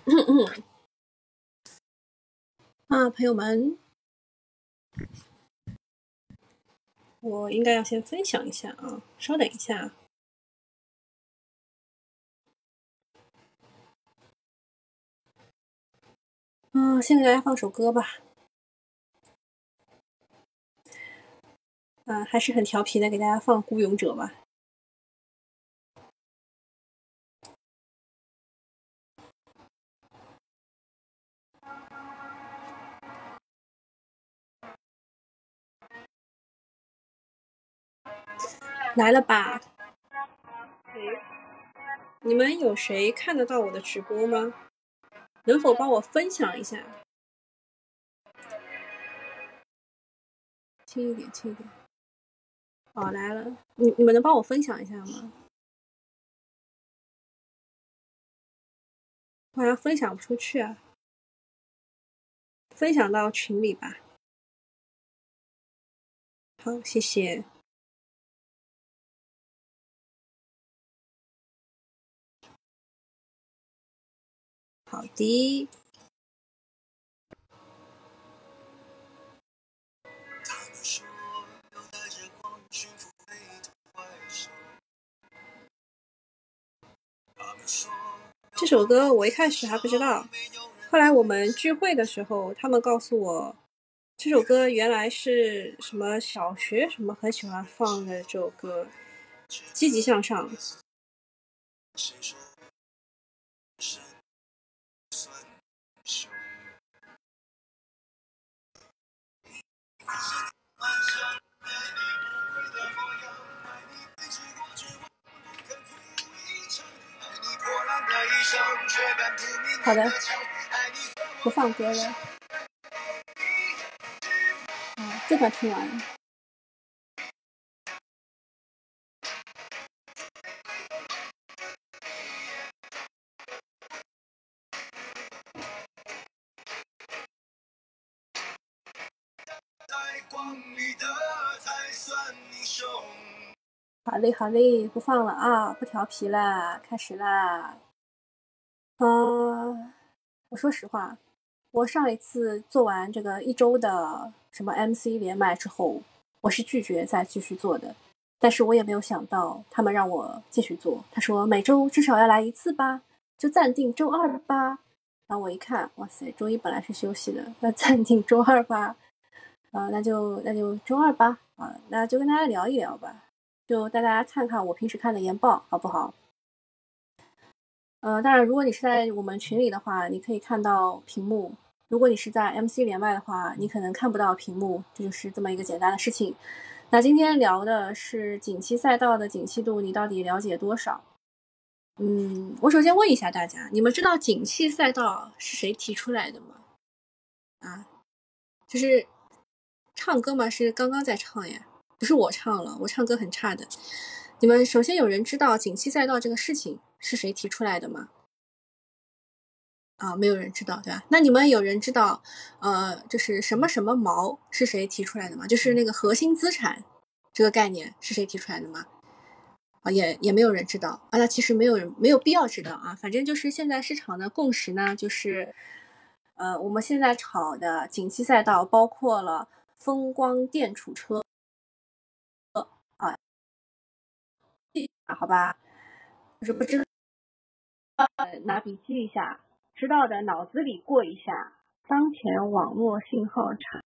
朋友们，我应该要先分享一下啊，稍等一下。先给大家放首歌吧。还是很调皮的，给大家放《孤勇者》吧。来了吧？你们有谁看得到我的直播吗？能否帮我分享一下？轻一点，轻一点。来了，你们能帮我分享一下吗？我好像分享不出去啊。分享到群里吧。好，谢谢。好的。这首歌我一开始还不知道，后来我们聚会的时候，他们告诉我，这首歌原来是什么小学什么很喜欢放的这首歌，积极向上。好的，不放歌了。这段听完了。好嘞，好嘞，不放了啊，不调皮了，开始啦。我说实话，我上一次做完这个1周的什么 MC 连麦之后，我是拒绝再继续做的，但是我也没有想到他们让我继续做。他说每周至少要来1次吧，就暂定周2吧。然后我一看，哇塞，周1本来是休息的，那暂定周2吧。那就周2吧。那就跟大家聊一聊吧，就带大家看看我平时看的研报，好不好？当然，如果你是在我们群里的话，你可以看到屏幕；如果你是在 MC 连麦的话，你可能看不到屏幕，这就是这么一个简单的事情。那今天聊的是景气赛道的景气度，你到底了解多少？我首先问一下大家，你们知道景气赛道是谁提出来的吗？就是唱歌嘛，是刚刚在唱呀，不是我唱了，我唱歌很差的。你们首先有人知道景气赛道这个事情是谁提出来的吗？没有人知道，对吧？那你们有人知道，就是什么什么毛是谁提出来的吗？就是那个核心资产这个概念是谁提出来的吗？也没有人知道那其实没有必要知道啊。反正就是现在市场的共识呢，就是我们现在炒的景气赛道包括了风光电储车好吧？就是不知道拿笔记一下，知道的脑子里过一下。当前网络信号差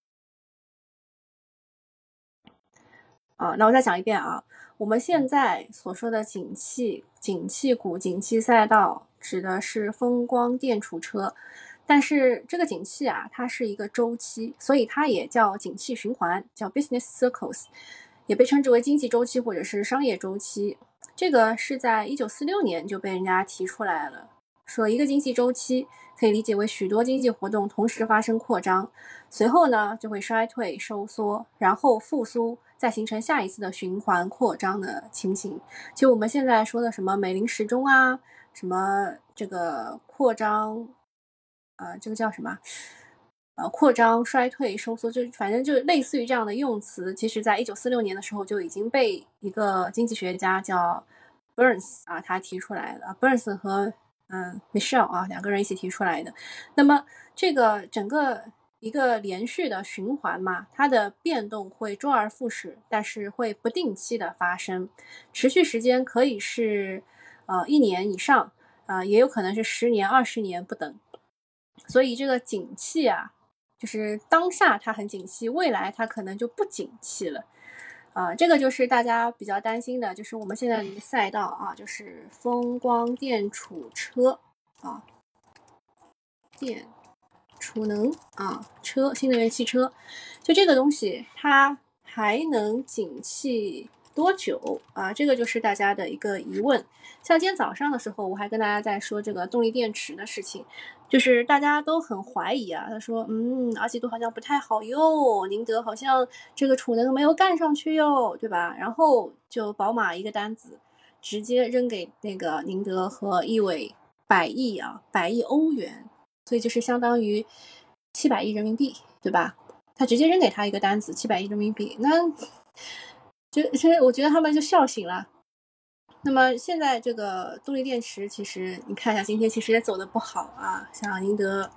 那我再讲一遍啊，我们现在所说的景气股、景气赛道指的是风光电储车，但是这个景气它是一个周期，所以它也叫景气循环，叫 business cycles， 也被称之为经济周期或者是商业周期。这个是在1946年就被人家提出来了，说一个经济周期可以理解为许多经济活动同时发生扩张，随后呢就会衰退收缩，然后复苏，再形成下一次的循环扩张的情形。就我们现在说的什么美林时钟什么这个扩张这个叫什么扩张衰退收缩，就反正就类似于这样的用词，其实在1946年的时候就已经被一个经济学家叫 Burns 他提出来了。Burns 和 Michelle 啊，两个人一起提出来的。那么这个整个一个连续的循环嘛，它的变动会周而复始，但是会不定期的发生，持续时间可以是1年以上，也有可能是10年、20年不等。所以这个景气啊，就是当下它很景气，未来它可能就不景气了。这个就是大家比较担心的，就是我们现在的赛道啊，就是风光电储车啊，电储能啊，新能源汽车，就这个东西它还能景气多久啊？这个就是大家的一个疑问。像今天早上的时候，我还跟大家在说这个动力电池的事情，就是大家都很怀疑啊。他说，二季度好像不太好哟，宁德好像这个储能没有干上去哟，对吧？然后就宝马一个单子直接扔给那个宁德和亿纬100亿欧元，所以就是相当于700亿人民币，对吧？他直接扔给他一个单子700亿人民币，那我觉得他们就笑醒了。那么现在这个动力电池，其实你看一下今天其实也走的不好啊，像宁德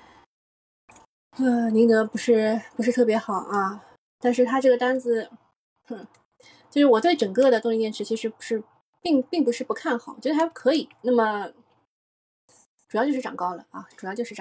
不是特别好啊，但是他这个单子，就是我对整个的动力电池其实并不是不看好，觉得还可以。那么主要就是涨高了啊，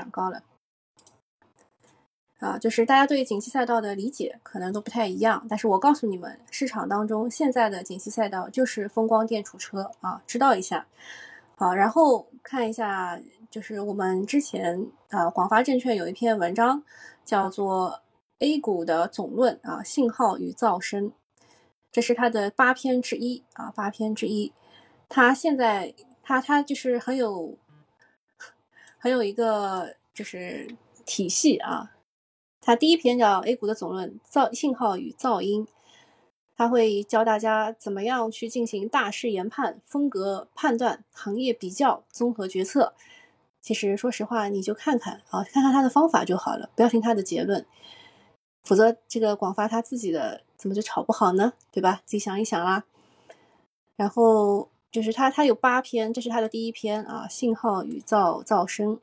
就是大家对景气赛道的理解可能都不太一样，但是我告诉你们，市场当中现在的景气赛道就是风光电储车啊，知道一下。好，然后看一下，就是我们之前广发证券有一篇文章叫做 A 股的总论啊，信号与噪声，这是它的8篇之一啊，8篇之一。它现在它就是很有一个就是体系啊。它第一篇叫 A 股的总论，信号与噪音，它会教大家怎么样去进行大势研判、风格判断、行业比较、综合决策。其实说实话，你就看看他的方法就好了，不要听他的结论，否则这个广发他自己的怎么就炒不好呢？对吧？自己想一想啦。然后就是它有8篇，这是它的第一篇啊，信号与噪声。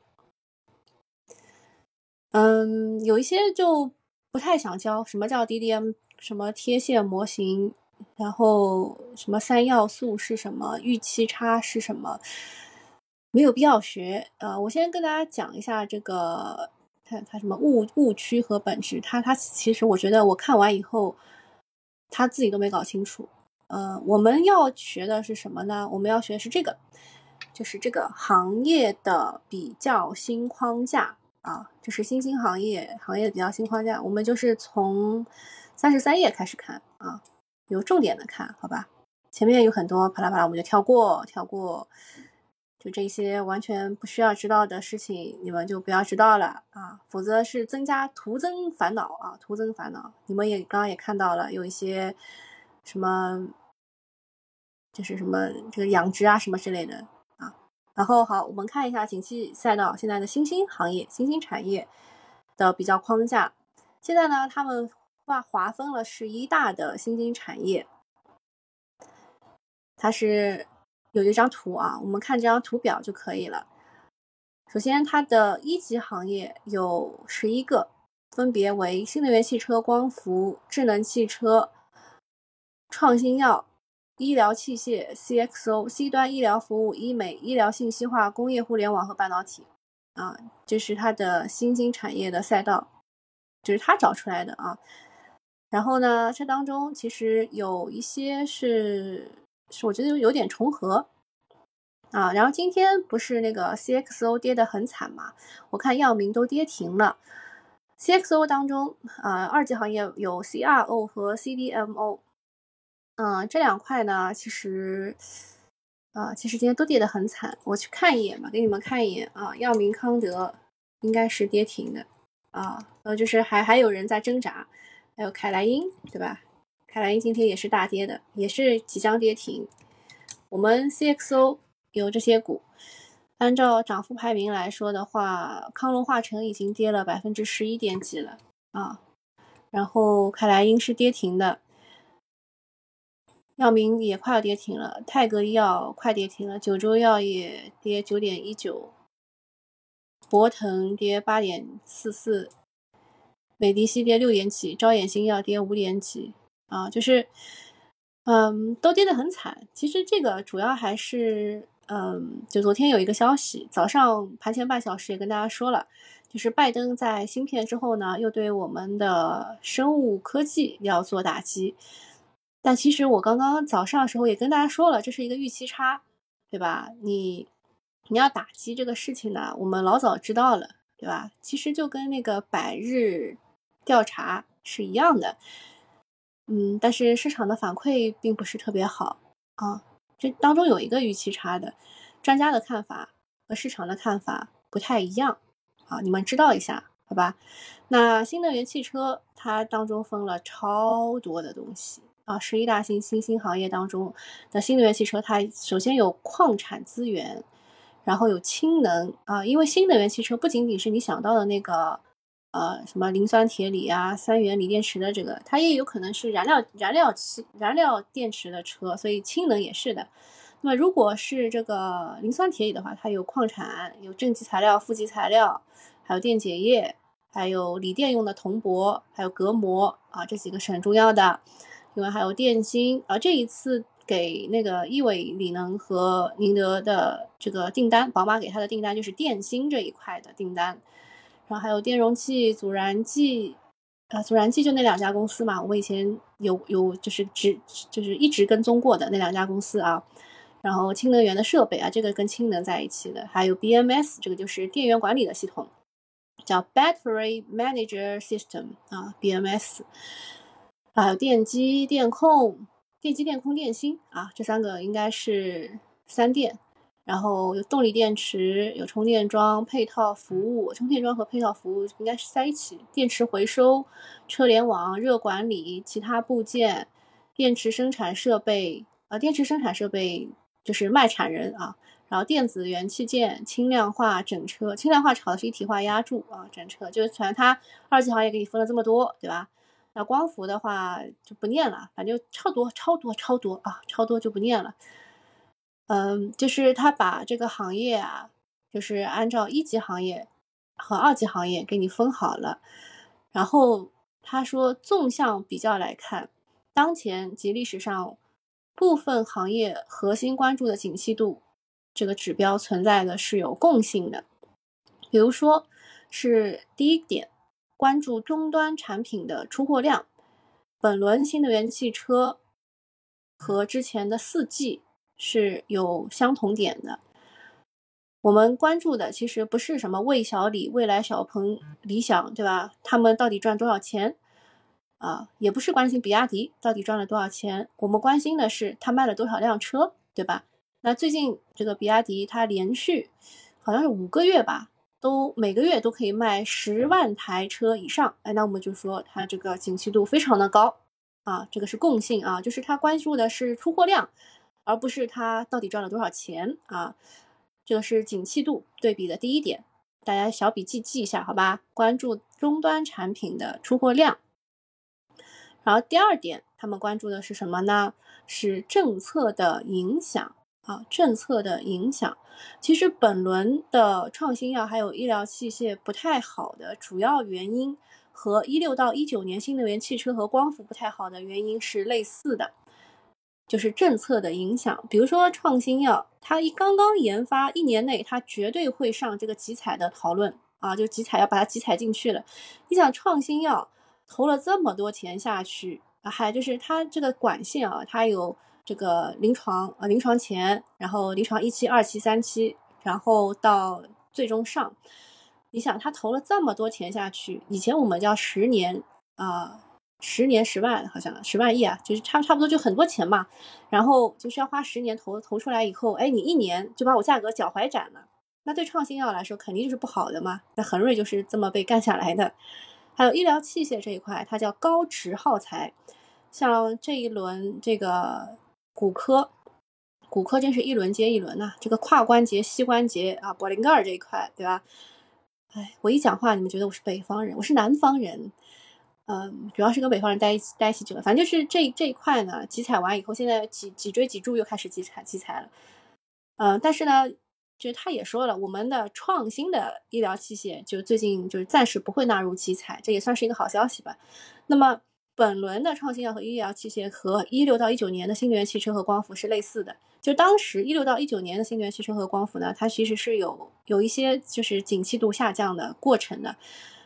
有一些就不太想教什么叫 DDM， 什么贴现模型，然后什么3要素是什么，预期差是什么，没有必要学。我先跟大家讲一下这个它什么误区和本质。它其实我觉得我看完以后，他自己都没搞清楚。我们要学的是什么呢？我们要学的是这个，就是这个行业的比较新框架。就是新兴行业的比较新框架，我们就是从33页开始看啊，有重点的看，好吧？前面有很多啪啦啪啦，我们就跳过，就这些完全不需要知道的事情，你们就不要知道了啊，否则是徒增烦恼啊，徒增烦恼。你们刚刚也看到了，有一些什么，就是什么这个养殖啊什么之类的。然后好，我们看一下景气赛道现在的新兴行业、新兴产业的比较框架。现在呢，他们划分了11大的新兴产业，它是有一张图啊，我们看这张图表就可以了。首先，它的一级行业有11个，分别为新能源汽车、光伏、智能汽车、创新药、医疗器械、CXO、C 端医疗服务、医美、医疗信息化、工业互联网和半导体这是它的新兴产业的赛道，这是他找出来的啊。然后呢，这当中其实有一些是我觉得有点重合然后今天不是那个 CXO 跌得很惨嘛，我看药明都跌停了。CXO 当中二级行业有 CRO 和 CDMO。这两块呢，其实今天都跌得很惨。我去看一眼吧，给你们看一眼啊。药明康德应该是跌停的就是还有人在挣扎，还有凯莱英，对吧？凯莱英今天也是大跌的，也是即将跌停。我们 CXO 有这些股，按照涨幅排名来说的话，康龙化成已经跌了11%点几了然后凯莱英是跌停的。 药明也快要跌停了，泰格医药快跌停了，九州药业跌9.19%，博腾跌8.44%，美迪西跌6点几，招眼新药跌5点几啊，就是都跌得很惨。其实这个主要还是就昨天有一个消息，早上盘前半小时也跟大家说了，就是拜登在芯片之后呢，又对我们的生物科技要做打击。但其实我刚刚早上的时候也跟大家说了，这是一个预期差，对吧？你要打击这个事情呢，我们老早知道了，对吧？其实就跟那个百日调查是一样的，但是市场的反馈并不是特别好啊。这当中有一个预期差的，专家的看法和市场的看法不太一样啊，你们知道一下，好吧？那新能源汽车它当中分了超多的东西啊，11大新兴行业当中的新能源汽车，它首先有矿产资源，然后有氢能啊，因为新能源汽车不仅仅是你想到的那个什么磷酸铁锂啊、三元锂电池的这个，它也有可能是燃料电池的车，所以氢能也是的。那么如果是这个磷酸铁锂的话，它有矿产、有正极材料、负极材料，还有电解液，还有锂电用的铜箔，还有隔膜啊，这几个是很重要的。另外还有电芯啊，这一次给那个亿纬锂能和宁德的这个订单，宝马给他的订单就是电芯这一块的订单。然后还有电容器、阻燃剂，阻燃剂就那两家公司嘛，我以前有就是一直跟踪过的那两家公司啊。然后氢能源的设备啊，这个跟氢能在一起的，还有 BMS， 这个就是电源管理的系统，叫 Battery Manager System 啊 ，BMS， 还有电机、电控、电芯啊，这三个应该是三电。然后有动力电池，有充电桩、配套服务，充电桩和配套服务应该是在一起。电池回收、车联网、热管理、其他部件、电池生产设备电池生产设备就是卖产人啊。然后电子元器件、轻量化整车，轻量化炒的是一体化压铸啊，整车就是反正它二级行业给你分了这么多，对吧？那光伏的话就不念了，反正超多啊，超多就不念了。就是他把这个行业啊，就是按照一级行业和二级行业给你分好了。然后他说，纵向比较来看，当前及历史上部分行业核心关注的景气度这个指标存在的是有共性的。比如说是第一点，关注终端产品的出货量。本轮新能源汽车和之前的4季是有相同点的。我们关注的其实不是什么魏小李、蔚来、小鹏、理想，对吧？他们到底赚多少钱啊？也不是关心比亚迪到底赚了多少钱，我们关心的是他卖了多少辆车，对吧？那最近这个比亚迪，它连续好像是5个月吧，都每个月都可以卖10万台车以上，那我们就说它这个景气度非常的高啊，这个是共性啊，就是它关注的是出货量，而不是它到底赚了多少钱啊。这个是景气度对比的第一点，大家小笔记记一下，好吧？关注终端产品的出货量。然后第二点，他们关注的是什么呢？是政策的影响啊，政策的影响。其实本轮的创新药还有医疗器械不太好的主要原因，和16到19年新能源汽车和光伏不太好的原因是类似的。就是政策的影响，比如说创新药，它刚刚研发1年内，它绝对会上这个集采的讨论啊，就集采要把它集采进去了。你想创新药投了这么多钱下去啊，还就是它这个管线啊，它有这个临床前，然后临床1期、2期、3期，然后到最终上。你想他投了这么多钱下去，以前我们叫10年10年10万，好像10万亿啊，就是差不多就很多钱嘛。然后就是要花10年投出来以后，你1年就把我价格脚踝斩了，那对创新药来说肯定就是不好的嘛。那恒瑞就是这么被干下来的。还有医疗器械这一块，它叫高值耗材，像这一轮这个骨科真是一轮接一轮呐，这个胯关节、膝关节啊、柏林盖尔这一块，对吧？我一讲话你们觉得我是北方人，我是南方人。 主要是跟北方人待一起久了，反正就是这一块呢，集采完以后，现在脊椎脊柱又开始集采了，但是呢，就是他也说了，我们的创新的医疗器械就最近就是暂时不会纳入集采，这也算是一个好消息吧。那么本轮的创新药和医疗器械和16到19年的新能源汽车和光伏是类似的，就当时16到19年的新能源汽车和光伏呢，它其实是有一些就是景气度下降的过程的，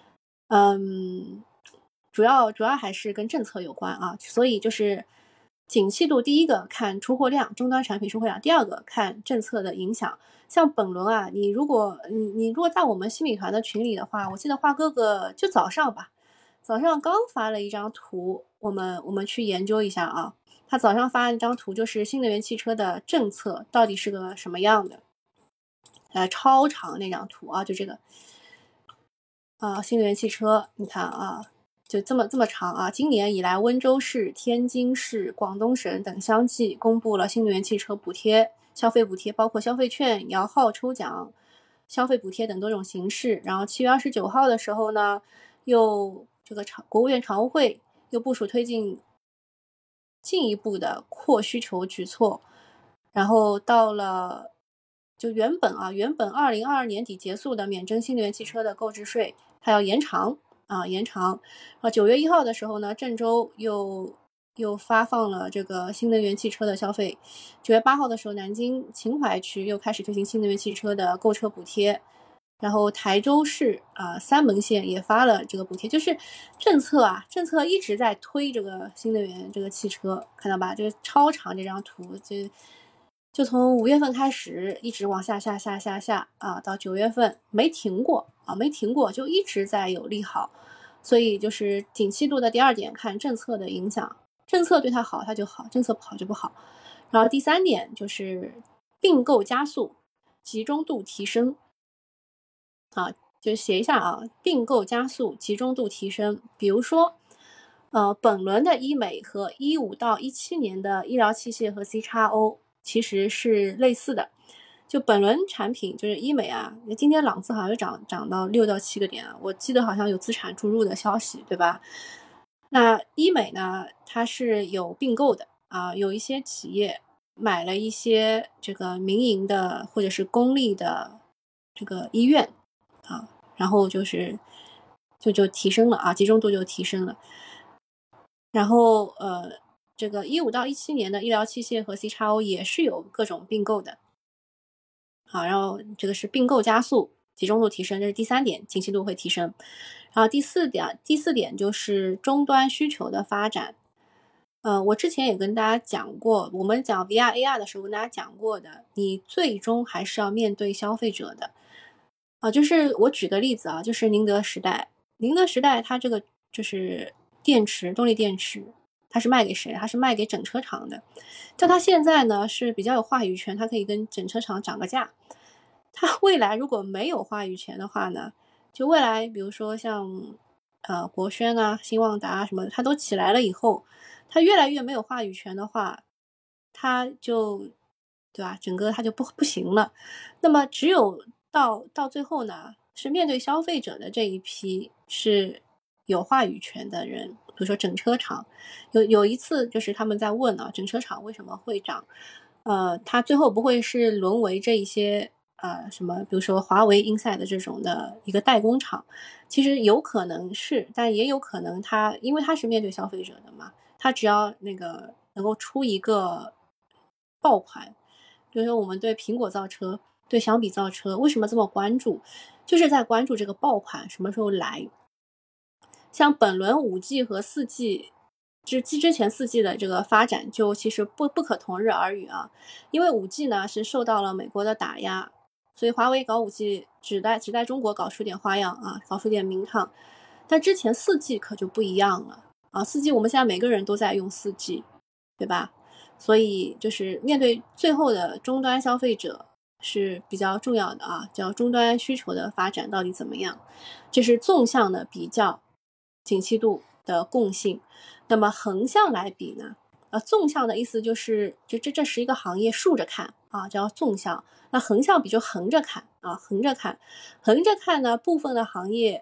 主要还是跟政策有关啊，所以就是景气度，第一个看出货量，终端产品出货量，第二个看政策的影响。像本轮啊，你如果在我们新米团的群里的话，我记得花哥哥就早上刚发了一张图，我们去研究一下啊。他早上发了一张图，就是新能源汽车的政策到底是个什么样的，超长那张图啊，就这个新能源汽车，你看啊，就这么长啊。今年以来，温州市、天津市、广东省等相继公布了新能源汽车补贴、消费补贴，包括消费券、摇号抽奖、消费补贴等多种形式。然后7月29号的时候呢，又这个国务院常务会又部署推进进一步的扩需求举措，然后到了就原本2022年底结束的免征新能源汽车的购置税，它要延长。9月1号的时候呢，郑州又发放了这个新能源汽车的消费。9月8号的时候，南京秦淮区又开始推行新能源汽车的购车补贴。然后台州市三门县也发了这个补贴，就是政策一直在推这个新能源这个汽车，看到吧？这个超长这张图，就从5月份开始一直往下啊，到9月份没停过，就一直在有利好。所以就是景气度的第二点看政策的影响，政策对它好它就好，政策不好就不好。然后第三点就是并购加速，集中度提升。就写一下啊，并购加速，集中度提升。比如说，本轮的医美和15到17年的医疗器械和 CXO 其实是类似的。就本轮产品就是医美啊，今天朗姿好像又涨到6到7个点啊，我记得好像有资产注入的消息，对吧？那医美呢，它是有并购的啊，有一些企业买了一些这个民营的或者是公立的这个医院。然后就提升了啊，集中度就提升了。然后这个15到17年的医疗器械和 CXO 也是有各种并购的。好，然后这个是并购加速，集中度提升，这是第三点，景气度会提升。然后第四点就是终端需求的发展。我之前也跟大家讲过，我们讲 VR AR 的时候跟大家讲过的，你最终还是要面对消费者的。就是我举个例子啊，就是宁德时代它这个就是动力电池，它是卖给谁？它是卖给整车厂的。但它现在呢是比较有话语权，它可以跟整车厂涨个价。它未来如果没有话语权的话呢，就未来比如说像国轩啊、新旺达啊什么的，它都起来了以后，它越来越没有话语权的话，它就对吧？整个它就不行了。那么只有到最后呢，是面对消费者的这一批是有话语权的人，比如说整车厂。有一次就是他们在问整车厂为什么会涨，它最后不会是沦为这一些什么，比如说华为、Inside 这种的一个代工厂？其实有可能是，但也有可能因为它是面对消费者的嘛，它只要能够出一个爆款。比如说我们对苹果造车、对小米造车为什么这么关注，就是在关注这个爆款什么时候来。像本轮5G 和4G之前4G 的这个发展就其实不可同日而语啊。因为5G 呢是受到了美国的打压，所以华为搞5G 只在中国搞出点花样啊，搞出点名堂。但之前4G 可就不一样了啊，4G 我们现在每个人都在用4G，对吧？所以就是面对最后的终端消费者是比较重要的啊，叫终端需求的发展到底怎么样，这是纵向的比较景气度的共性。那么横向来比呢，纵向的意思就是这11个行业竖着看啊，叫纵向。那横向比就横着看啊，横着看呢，部分的行业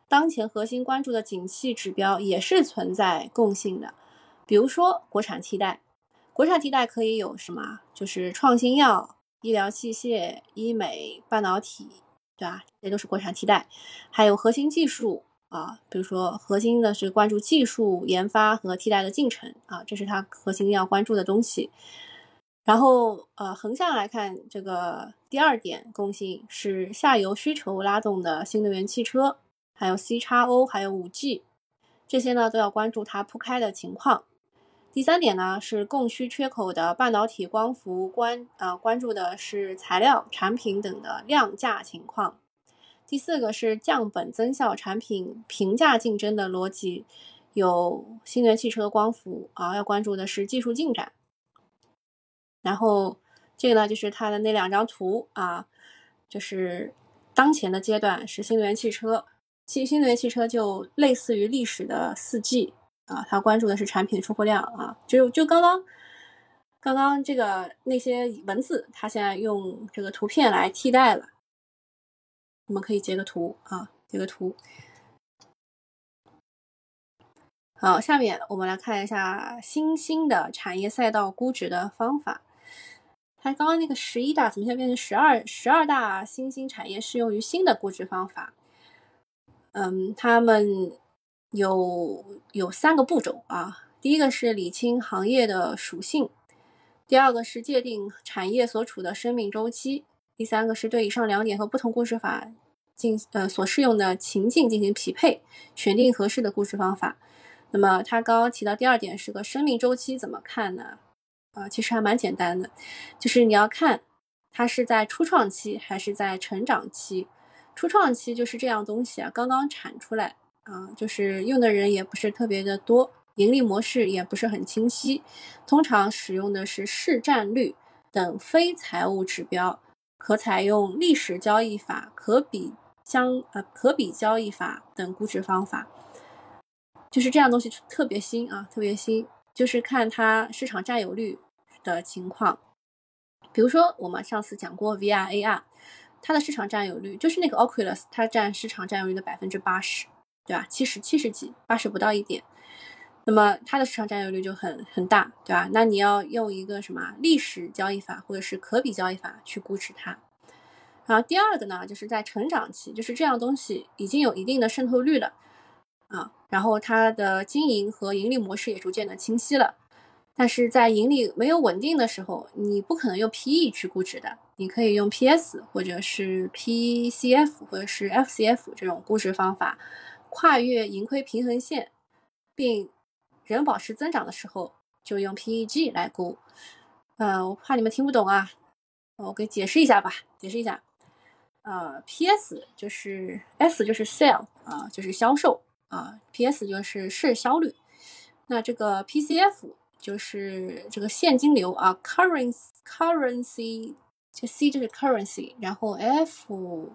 当前核心关注的景气指标也是存在共性的。比如说国产替代，国产替代可以有什么？就是创新药、医疗器械、医美、半导体，对吧？这都是国产替代。还有核心技术啊，比如说核心的是关注技术研发和替代的进程啊，这是它核心要关注的东西。然后横向来看，这个第二点共性是下游需求拉动的新能源汽车，还有 CXO， 还有 5G， 这些呢都要关注它铺开的情况。第三点呢是供需缺口的半导体光伏关注的是材料、产品等的量价情况。第四个是降本增效产品平价竞争的逻辑，有新能源汽车、光伏要关注的是技术进展。然后这个呢就是它的那两张图就是当前的阶段是新能源汽车，新能源汽车就类似于历史的4G它关注的是产品出货量就刚刚这个那些文字，它现在用这个图片来替代了。我们可以截个图截个图。好，下面我们来看一下新兴的产业赛道估值的方法。它刚刚那个11大怎么现在变成12大新兴产业适用于新的估值方法？他们有3个步骤第一个是理清行业的属性，第二个是界定产业所处的生命周期，第三个是对以上2点和不同估值法所适用的情境进行匹配，选定合适的估值方法。那么他刚刚提到第二点是个生命周期，怎么看呢？其实还蛮简单的，就是你要看它是在初创期还是在成长期。初创期就是这样东西刚刚产出来就是用的人也不是特别的多，盈利模式也不是很清晰，通常使用的是市占率等非财务指标，可采用历史交易法、可比交易法等估值方法。就是这样东西特别新特别新，就是看它市场占有率的情况。比如说我们上次讲过 VR、AR， 它的市场占有率就是那个 Oculus， 它占市场占有率的 80%， 对吧？70几，80不到一点。那么它的市场占有率就很大，对吧？那你要用一个什么历史交易法或者是可比交易法去估值它。然后第二个呢，就是在成长期，就是这样东西已经有一定的渗透率了然后它的经营和盈利模式也逐渐的清晰了。但是在盈利没有稳定的时候，你不可能用 PE 去估值的，你可以用 PS 或者是 PCF 或者是 FCF 这种估值方法，跨越盈亏平衡线并仍保持增长的时候，就用 PEG 来估。我怕你们听不懂我给解释一下吧，PS 就是 S 就是 sell 就是销售PS 就是市销率，那这个 PCF 就是这个现金流currency， 这 C 就是 currency， 然后 F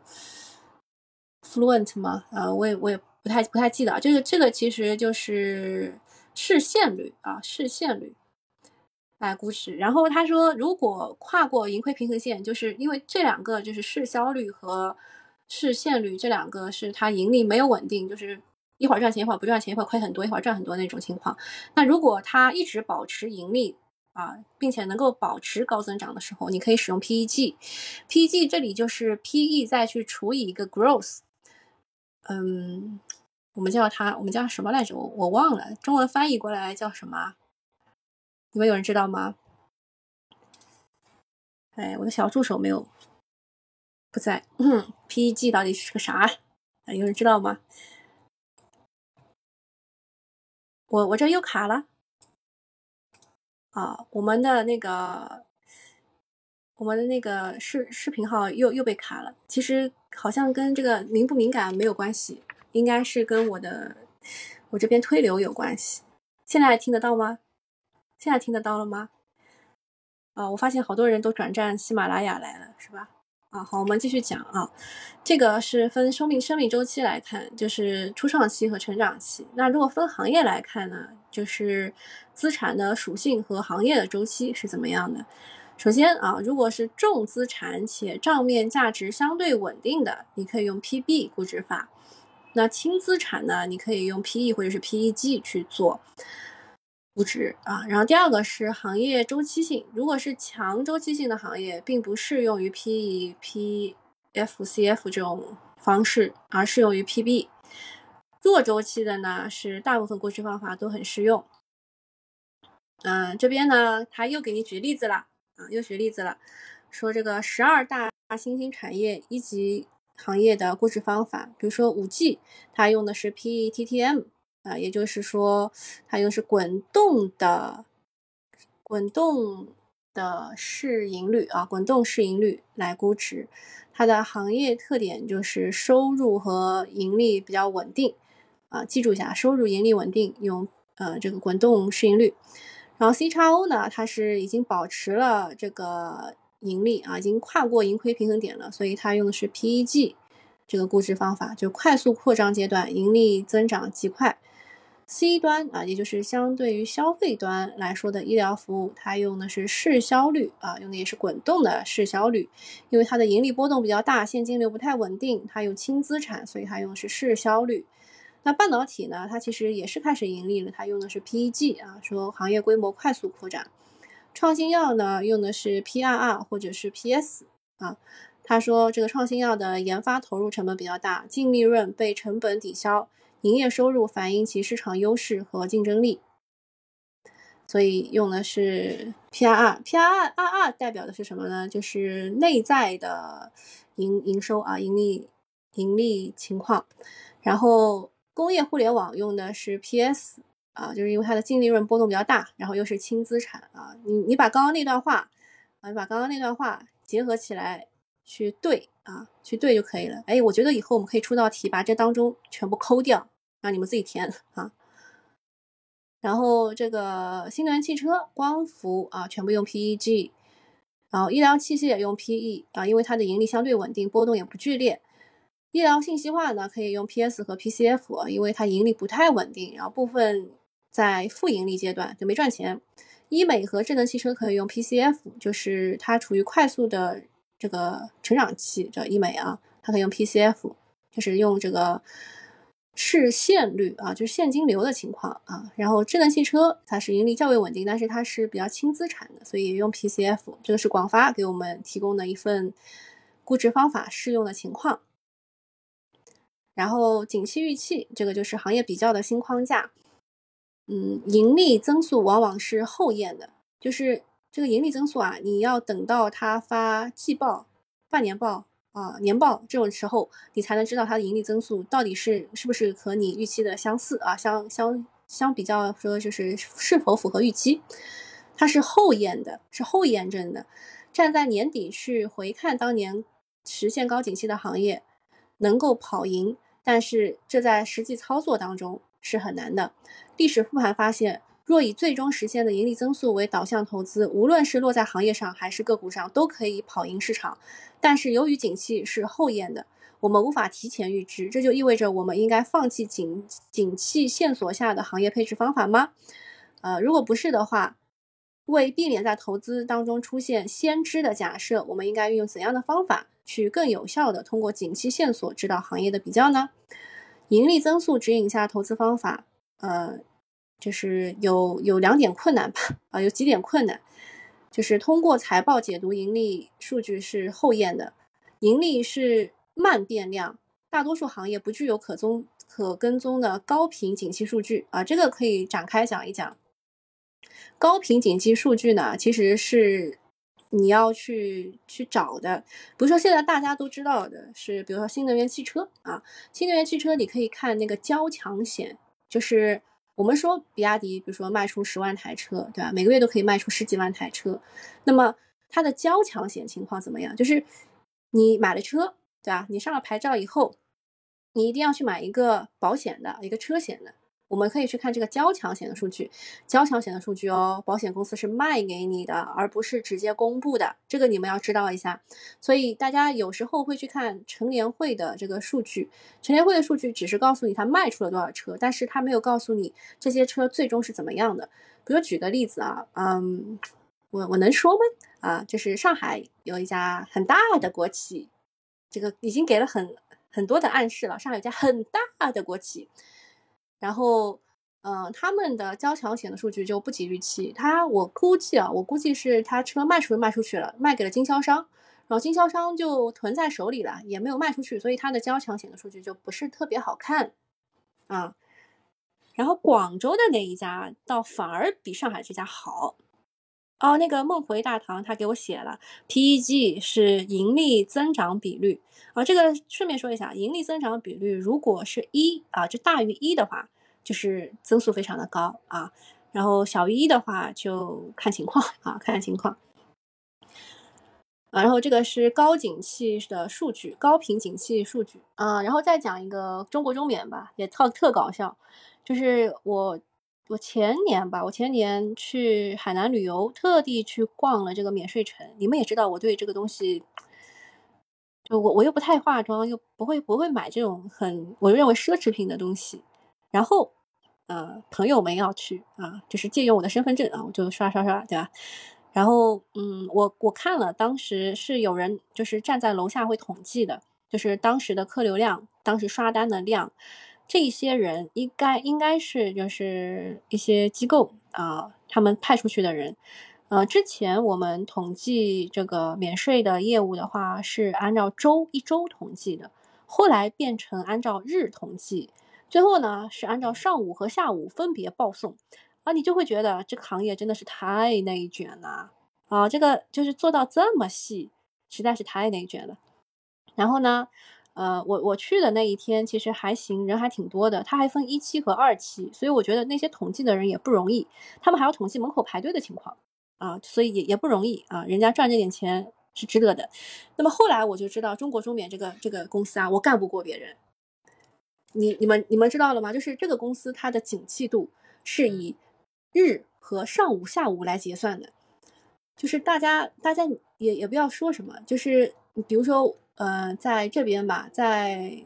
fluent 吗？我也不太记得这个其实就是市现率市现率估值。然后他说如果跨过盈亏平衡线，就是因为这两个就是市销率和市现率，这两个是它盈利没有稳定，就是一会儿赚钱一会儿不赚钱，一会儿亏很多一会儿赚很多那种情况。那如果它一直保持盈利并且能够保持高增长的时候，你可以使用 PEG 这里就是 PE 再去除以一个 growth。我们叫什么来着？我忘了，中文翻译过来叫什么？你们有人知道吗？我的小助手不在。PEG 到底是个啥？有人知道吗？我这又卡了我们的那个视频号又被卡了。其实好像跟这个敏不敏感没有关系，应该是跟我这边推流有关系。现在听得到吗？现在听得到了吗？我发现好多人都转战喜马拉雅来了，是吧？好，我们继续讲这个是分生命周期来看，就是初创期和成长期。那如果分行业来看呢，就是资产的属性和行业的周期是怎么样的。首先如果是重资产且账面价值相对稳定的，你可以用 PB 估值法。 那轻资产呢，你可以用 PE 或者是 PEG 去做估值啊。然后第二个是行业周期性，如果是强周期性的行业，并不适用于 PE、PFCF 这种方式，而适用于 PB。弱周期的呢，是大部分估值方法都很适用。这边呢，他又给你举例子了又举例子了，说这个12大新兴产业一级行业的估值方法，比如说 5G， 它用的是 PETTM 也就是说它用的是滚动的市盈率滚动市盈率来估值。它的行业特点就是收入和盈利比较稳定记住一下，收入盈利稳定，用这个滚动市盈率。然后 CXO 呢，它是已经保持了这个盈利已经跨过盈亏平衡点了，所以它用的是 PEG 这个估值方法，就快速扩张阶段盈利增长极快。C 端也就是相对于消费端来说的医疗服务，它用的是市销率用的也是滚动的市销率，因为它的盈利波动比较大，现金流不太稳定，它有轻资产，所以它用的是市销率。那半导体呢，它其实也是开始盈利了，它用的是 PEG 说行业规模快速扩展。创新药呢，用的是 PRR 或者是 PS 他说这个创新药的研发投入成本比较大，净利润被成本抵消，营业收入反映其市场优势和竞争力，所以用的是 PRR。PRR 代表的是什么呢？就是内在的营收盈利情况。然后工业互联网用的是 PS 就是因为它的净利润波动比较大，然后又是轻资产你把刚刚那段话结合起来去对就可以了。我觉得以后我们可以出道题，把这当中全部抠掉，让你们自己填然后这个新能源汽车、光伏全部用 PEG， 然后医疗器械用 PE 因为它的盈利相对稳定，波动也不剧烈。医疗信息化呢，可以用 PS 和 PCF， 因为它盈利不太稳定，然后部分在负盈利阶段就没赚钱。医美和智能汽车可以用 PCF， 就是它处于快速的这个成长期，这医美它可以用 PCF， 就是用这个市现率就是现金流的情况然后智能汽车它是盈利较为稳定，但是它是比较轻资产的，所以也用 PCF。 这个是广发给我们提供的一份估值方法适用的情况。然后景气预期，这个就是行业比较的新框架。盈利增速往往是后验的，就是这个盈利增速你要等到它发季报、半年报年报这种时候，你才能知道它的盈利增速到底是不是和你预期的相似相比较说就是是否符合预期。它是后验的，是后验证的。站在年底去回看当年实现高景气的行业，能够跑赢，但是这在实际操作当中是很难的。历史复盘发现，若以最终实现的盈利增速为导向投资，无论是落在行业上还是个股上，都可以跑赢市场。但是由于景气是后验的，我们无法提前预知，这就意味着我们应该放弃景气线索下的行业配置方法吗？如果不是的话，为避免在投资当中出现先知的假设，我们应该运用怎样的方法去更有效的通过景气线索指导行业的比较呢？盈利增速指引下投资方法就是有2点困难吧有几点困难，就是通过财报解读盈利数据是后验的，盈利是慢变量，大多数行业不具有可跟踪的高频景气数据这个可以展开讲一讲。高频景气数据呢，其实是你要去找的。比如说现在大家都知道的是，比如说新能源汽车新能源汽车你可以看那个交强险，就是我们说比亚迪比如说卖出10万台车，对吧？每个月都可以卖出10几万台车，那么它的交强险情况怎么样？就是你买了车，对吧？你上了牌照以后，你一定要去买一个保险的，一个车险的。我们可以去看这个交强险的数据，交强险的数据保险公司是卖给你的，而不是直接公布的，这个你们要知道一下。所以大家有时候会去看乘联会的这个数据，乘联会的数据只是告诉你它卖出了多少车，但是它没有告诉你这些车最终是怎么样的。比如举个例子我能说吗？就是上海有一家很大的国企，这个已经给了很多的暗示了，上海有家很大的国企，然后他们的交强险的数据就不及预期。我估计是他车卖出去了，卖给了经销商，然后经销商就囤在手里了，也没有卖出去，所以他的交强险的数据就不是特别好看啊。然后广州的那一家倒反而比上海这家好。那个梦回大堂他给我写了 PEG 是盈利增长比率这个顺便说一下，盈利增长比率如果是就大于1的话，就是增速非常的高啊，然后小于1的话就看情况看情况。然后这个是高景气的数据，高频景气数据然后再讲一个中国中免吧，也特搞笑，就是我前年去海南旅游，特地去逛了这个免税城。你们也知道我对这个东西，就我又不太化妆，又不会买这种我认为奢侈品的东西。然后朋友们要去就是借用我的身份证我就刷，对吧？然后我看了，当时是有人就是站在楼下会统计的，就是当时的客流量，当时刷单的量，这些人应该是就是一些机构他们派出去的人。之前我们统计这个免税的业务的话，是按照一周统计的，后来变成按照日统计，最后呢是按照上午和下午分别报送。你就会觉得这个行业真的是太内卷了这个就是做到这么细，实在是太内卷了。然后呢我去的那一天其实还行，人还挺多的，他还分1期和2期，所以我觉得那些统计的人也不容易，他们还要统计门口排队的情况所以也不容易人家赚这点钱是值得的。那么后来我就知道中国中免这个公司我干不过别人。你们知道了吗？就是这个公司它的景气度是以日和上午下午来结算的，就是大家也不要说什么，就是比如说在这边吧，在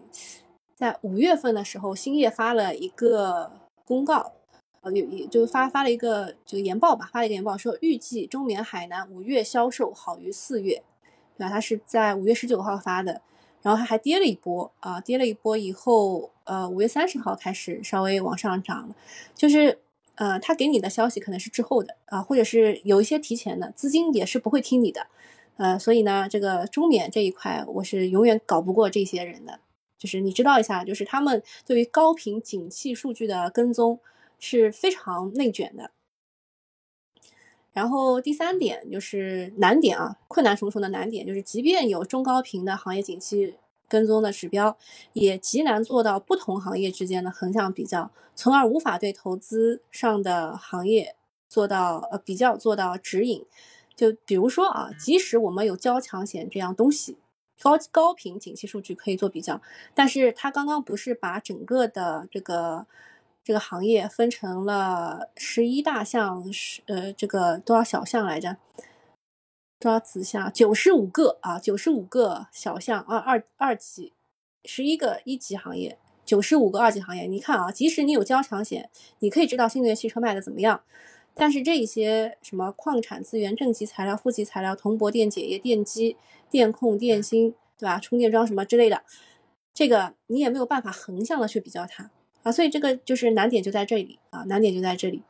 5月份的时候，兴业发了一个公告就发了一个这个研报吧，发了一个研报说预计中免海南5月销售好于4月，对吧？它是在5月19号发的，然后它还跌了一波跌了一波以后5月30号开始稍微往上涨了，就是他给你的消息可能是滞后的或者是有一些提前的，资金也是不会听你的所以呢这个中免这一块我是永远搞不过这些人的。就是你知道一下，就是他们对于高频景气数据的跟踪是非常内卷的。然后第3点就是难点困难重重的难点，就是即便有中高频的行业景气跟踪的指标，也极难做到不同行业之间的横向比较，从而无法对投资上的行业做到比较，做到指引。就比如说即使我们有交强险这样东西，高频景气数据可以做比较，但是它刚刚不是把整个的这个行业分成了11大项，这个多少小项来着？多少子项？95个95个小项二级，11个1级行业，95个2级行业。你看即使你有交强险，你可以知道新能源汽车卖的怎么样，但是这一些什么矿产资源、正极材料、负极材料、铜箔电解液、电机、电控、电芯，对吧？充电桩什么之类的，这个你也没有办法横向的去比较它所以这个就是难点就在这里难点就在这里。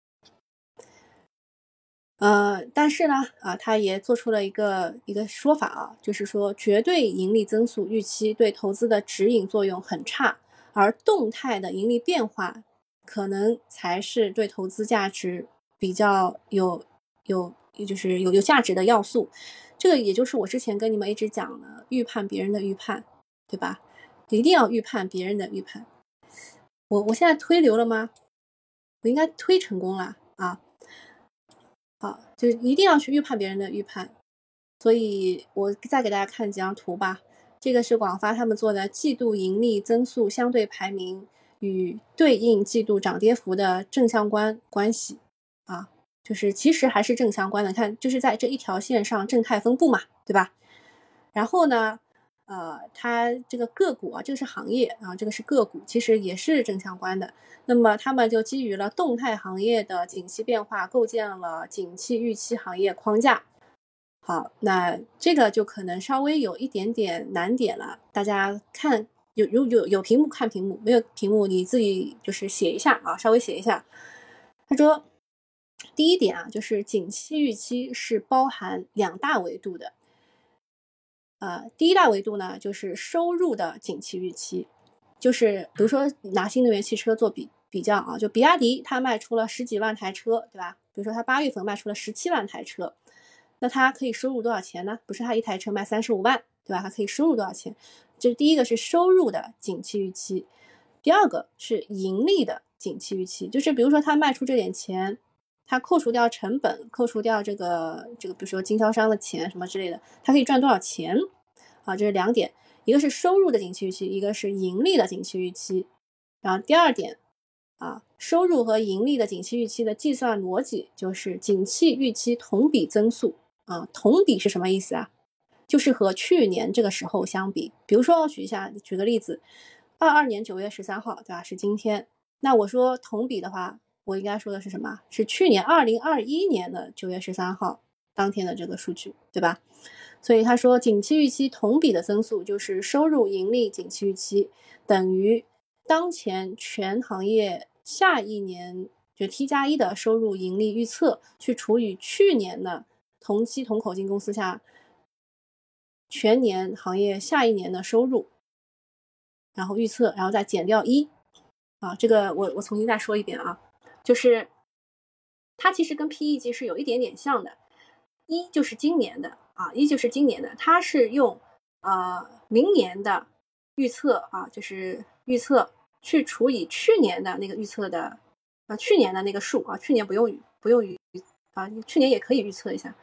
但是呢他也做出了一个说法就是说绝对盈利增速预期对投资的指引作用很差，而动态的盈利变化可能才是对投资价值比较有价值的要素。这个也就是我之前跟你们一直讲的，预判别人的预判，对吧？一定要预判别人的预判。我现在推流了吗？我应该推成功了就一定要去预判别人的预判。所以我再给大家看几张图吧。这个是广发他们做的季度盈利增速相对排名与对应季度涨跌幅的正相关关系就是其实还是正相关的，看就是在这一条线上正态分布嘛，对吧？然后呢它这个个股这个是行业这个是个股，其实也是正相关的。那么他们就基于了动态行业的景气变化，构建了景气预期行业框架。好，那这个就可能稍微有一点点难点了，大家看有屏幕看屏幕，没有屏幕你自己就是写一下啊，稍微写一下。他说，第一点啊，就是景气预期是包含2大维度的。第一大维度呢，就是收入的景气预期，就是比如说拿新能源汽车做比较啊，就比亚迪它卖出了10几万台车，对吧？比如说它8月份卖出了17万台车，那它可以收入多少钱呢？不是它一台车卖35万，对吧？它可以收入多少钱？这第一个是收入的景气预期，第二个是盈利的景气预期，就是比如说它卖出这点钱，它扣除掉成本，扣除掉这个比如说经销商的钱什么之类的，它可以赚多少钱啊？这是2点，一个是收入的景气预期，一个是盈利的景气预期。然后第二点啊，收入和盈利的景气预期的计算逻辑就是景气预期同比增速啊。同比是什么意思啊？就是和去年这个时候相比。比如说我举个例子，22年9月13号，对吧？是今天。那我说同比的话，我应该说的是什么？是去年2021年的9月13号当天的这个数据，对吧？所以他说景气预期同比的增速就是收入盈利景气预期等于当前全行业下一年就 T+1 的收入盈利预测去除以去年的同期同口径公司下全年行业下一年的收入，然后预测，然后再减掉1啊。这个我重新再说一遍啊，就是它其实跟 PEG 是有一点点像的。1就是今年的啊，1就是今年的，它是用明年的预测啊，就是预测去除以去年的那个预测的去年的那个数啊，去年不用啊，去年也可以预测一下。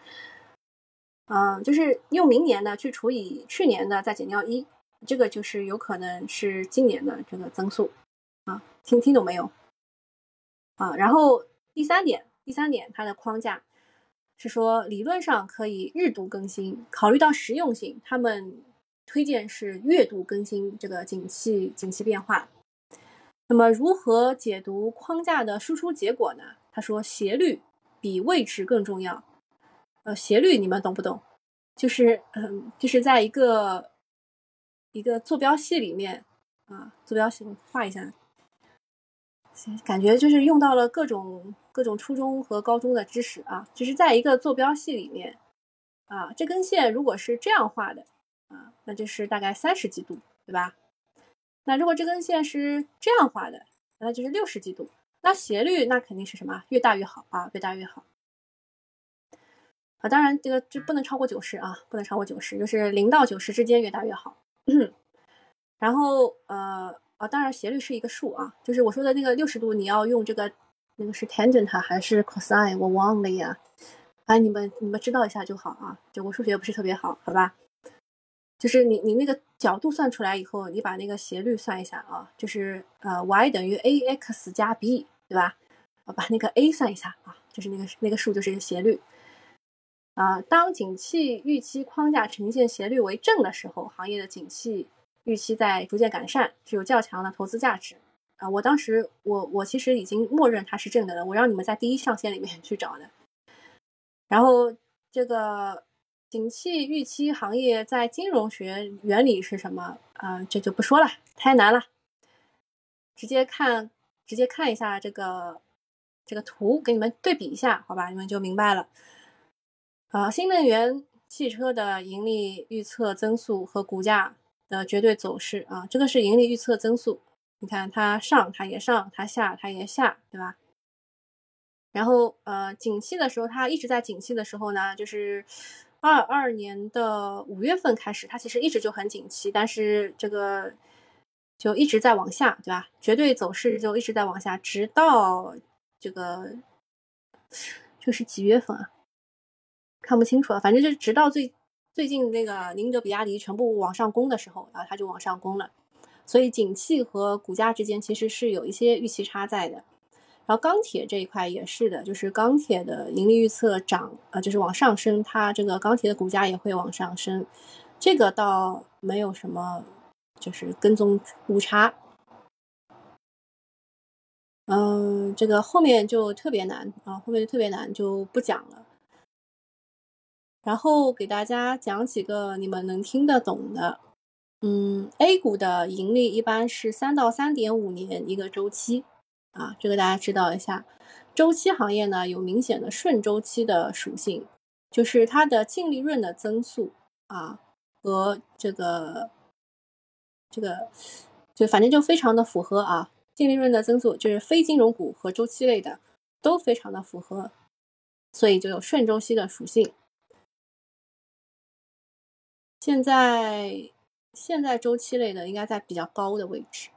就是用明年的去除以去年的再减掉1，这个就是有可能是今年的这个增速啊，听懂没有啊？然后第三点它的框架是说理论上可以日度更新，考虑到实用性，他们推荐是月度更新这个景气变化。那么如何解读框架的输出结果呢？他说斜率比位置更重要。斜率你们懂不懂？就是在一个坐标系里面啊，坐标系我画一下，感觉就是用到了各种初中和高中的知识啊，就是在一个坐标系里面啊，这根线如果是这样画的啊，那就是大概30几度，对吧？那如果这根线是这样画的，那就是60几度。那斜率那肯定是什么？越大越好啊，越大越好。当然这个就不能超过90啊，不能超过90，就是0到90之间越大越好。然后当然斜率是一个数啊，就是我说的那个60度，你要用这个那个是 tangent 还是 cosine， 我忘了呀。你们知道一下就好啊，就我数学不是特别好，好吧？就是你那个角度算出来以后，你把那个斜率算一下啊，就是y 等于 ax 加 b， 对吧？把那个 a 算一下啊，就是那个数就是斜率。当景气预期框架呈现斜率为正的时候，行业的景气预期在逐渐改善，具有较强的投资价值。我当时我其实已经默认它是正的了，我让你们在第一象限里面去找的。然后这个景气预期行业在金融学原理是什么？这就不说了，太难了。直接看一下这个图，给你们对比一下，好吧，你们就明白了。新能源汽车的盈利预测增速和股价的绝对走势啊，这个是盈利预测增速。你看它上它也上，它下它也下，对吧？然后景气的时候，它一直在景气的时候呢，就是22年的5月份开始，它其实一直就很景气，但是这个就一直在往下，对吧？绝对走势就一直在往下，直到这个是几月份啊？看不清楚了，反正就是直到最近那个宁德比亚迪全部往上攻的时候啊，它就往上攻了。所以景气和股价之间其实是有一些预期差在的。然后钢铁这一块也是的，就是钢铁的盈利预测就是往上升，它这个钢铁的股价也会往上升，这个倒没有什么就是跟踪误差。这个后面就特别难啊，后面就特别难，就不讲了。然后给大家讲几个你们能听得懂的。 A 股的盈利一般是3到3.5年一个周期啊，这个大家知道一下。周期行业呢有明显的顺周期的属性，就是它的净利润的增速啊和这个就反正就非常的符合啊，净利润的增速就是非金融股和周期类的都非常的符合，所以就有顺周期的属性。现在周期类的应该在比较高的位置，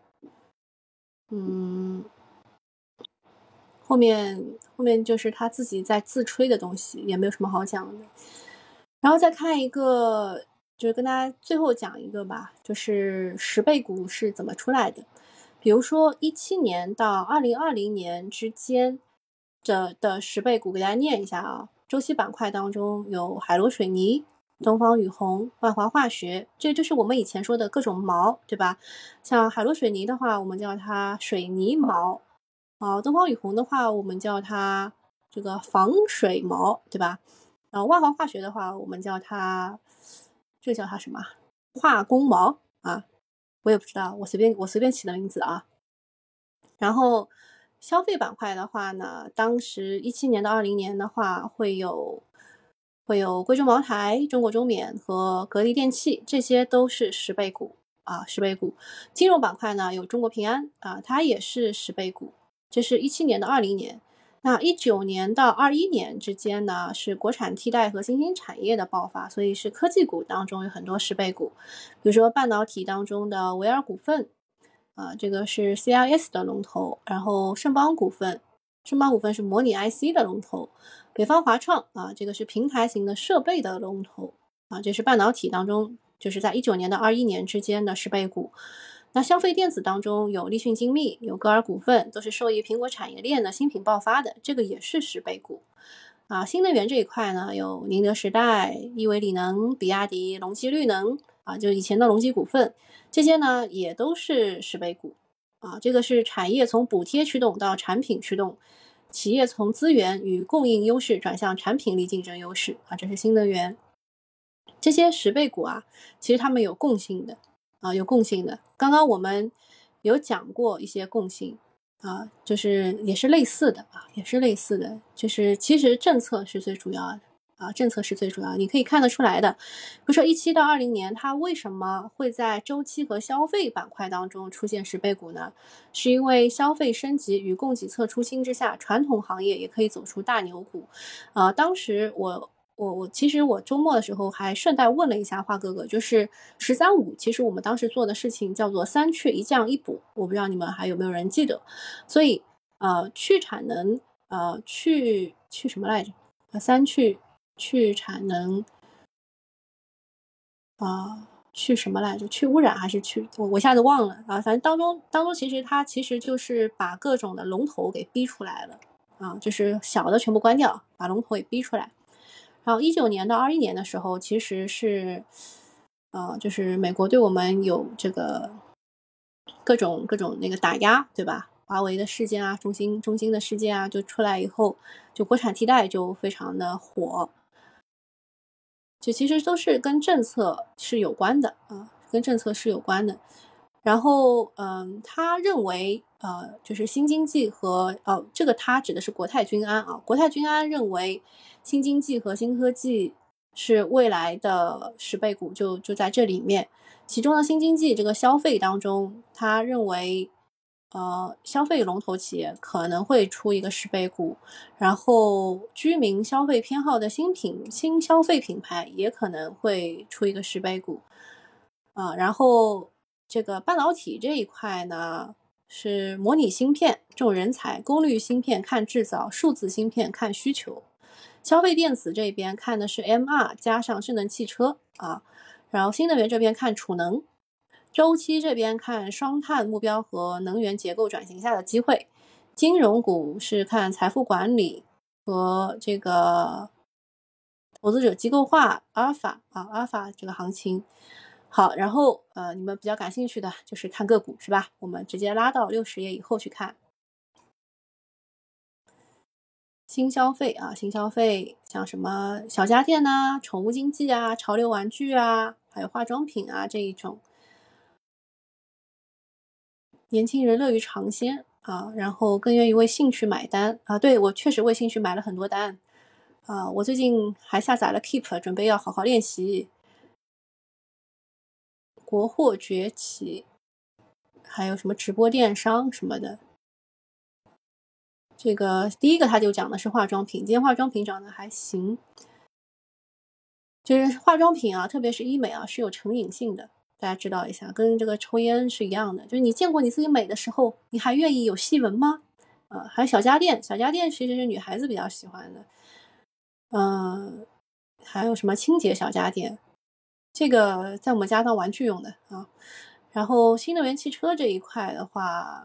后面就是他自己在自吹的东西，也没有什么好讲的。然后再看一个，就是跟大家最后讲一个吧，就是十倍股是怎么出来的。比如说17年到2020年之间的十倍股，给大家念一下啊。周期板块当中有海螺水泥、东方雨虹、万华化学，这就是我们以前说的各种锚，对吧？像海螺水泥的话，我们叫它水泥锚。东方雨虹的话，我们叫它这个防水锚，对吧？然后万华化学的话，我们叫它这叫它什么？化工锚啊，我也不知道，我随便起的名字啊。然后消费板块的话呢，当时17年到20年的话，会有贵州茅台、中国中免和格力电器，这些都是十倍股啊，十倍股。金融板块呢，有中国平安啊，它也是十倍股。这是17年到20年。那19年到21年之间呢，是国产替代和新兴产业的爆发，所以是科技股当中有很多十倍股，比如说半导体当中的维尔股份这个是 CIS 的龙头，然后盛邦股份是模拟 IC 的龙头，北方华创这个是平台型的设备的龙头这是半导体当中就是在19年到21年之间的十倍股。那消费电子当中有立讯精密、有歌尔股份，都是受益苹果产业链的新品爆发的，这个也是十倍股。新能源这一块呢，有宁德时代、亿维锂能、比亚迪、隆基绿能就以前的隆基股份，这些呢也都是十倍股这个是产业从补贴驱动到产品驱动，企业从资源与供应优势转向产品力竞争优势这是新能源。这些十倍股其实它们有共性的有共性的。刚刚我们有讲过一些共性就是也是类似的也是类似的，就是其实政策是最主要的政策是最主要，你可以看得出来的。比如说17到20年，它为什么会在周期和消费板块当中出现十倍股呢？是因为消费升级与供给侧出清之下，传统行业也可以走出大牛股。当时其实我周末的时候还顺带问了一下华哥哥，就是13.5，其实我们当时做的事情叫做3去1降1补，我不知道你们还有没有人记得。所以去产能去什么来着？3去产能去什么来着？去污染还是去我一下子忘了反正当中其实它其实就是把各种的龙头给逼出来了就是小的全部关掉，把龙头给逼出来。然后19年到21年的时候，其实是就是美国对我们有这个各种那个打压，对吧？华为的事件中兴的事件就出来以后，就国产替代就非常的火。就其实都是跟政策是有关的跟政策是有关的。然后他认为就是新经济和这个他指的是国泰君安国泰君安认为新经济和新科技是未来的十倍股，就在这里面。其中的新经济这个消费当中，他认为消费龙头企业可能会出一个十倍股，然后居民消费偏好的新消费品牌也可能会出一个十倍股然后这个半导体这一块呢，是模拟芯片重人才，功率芯片看制造，数字芯片看需求。消费电子这边看的是 MR 加上智能汽车然后新能源这边看储能。周期这边看双碳目标和能源结构转型下的机会，金融股是看财富管理和这个投资者机构化阿尔法这个行情。好，然后你们比较感兴趣的就是看个股是吧？我们直接拉到60页以后去看。新消费新消费像什么小家电宠物经济潮流玩具还有化妆品这一种。 年轻人乐于尝鲜啊，然后更愿意为兴趣买单啊。对，我确实为兴趣买了很多单啊。我最近还下载了 Keep，准备要好好练习。国货崛起，还有什么直播电商什么的。这个第一个他就讲的是化妆品，今天化妆品涨得还行。就是化妆品啊，特别是医美啊，是有成瘾性的，大家知道一下，跟这个抽烟是一样的。就是你见过你自己美的时候，你还愿意有细纹吗？还有小家电，小家电其实是女孩子比较喜欢的。还有什么清洁小家电，这个在我们家当玩具用的啊。然后新能源汽车这一块的话，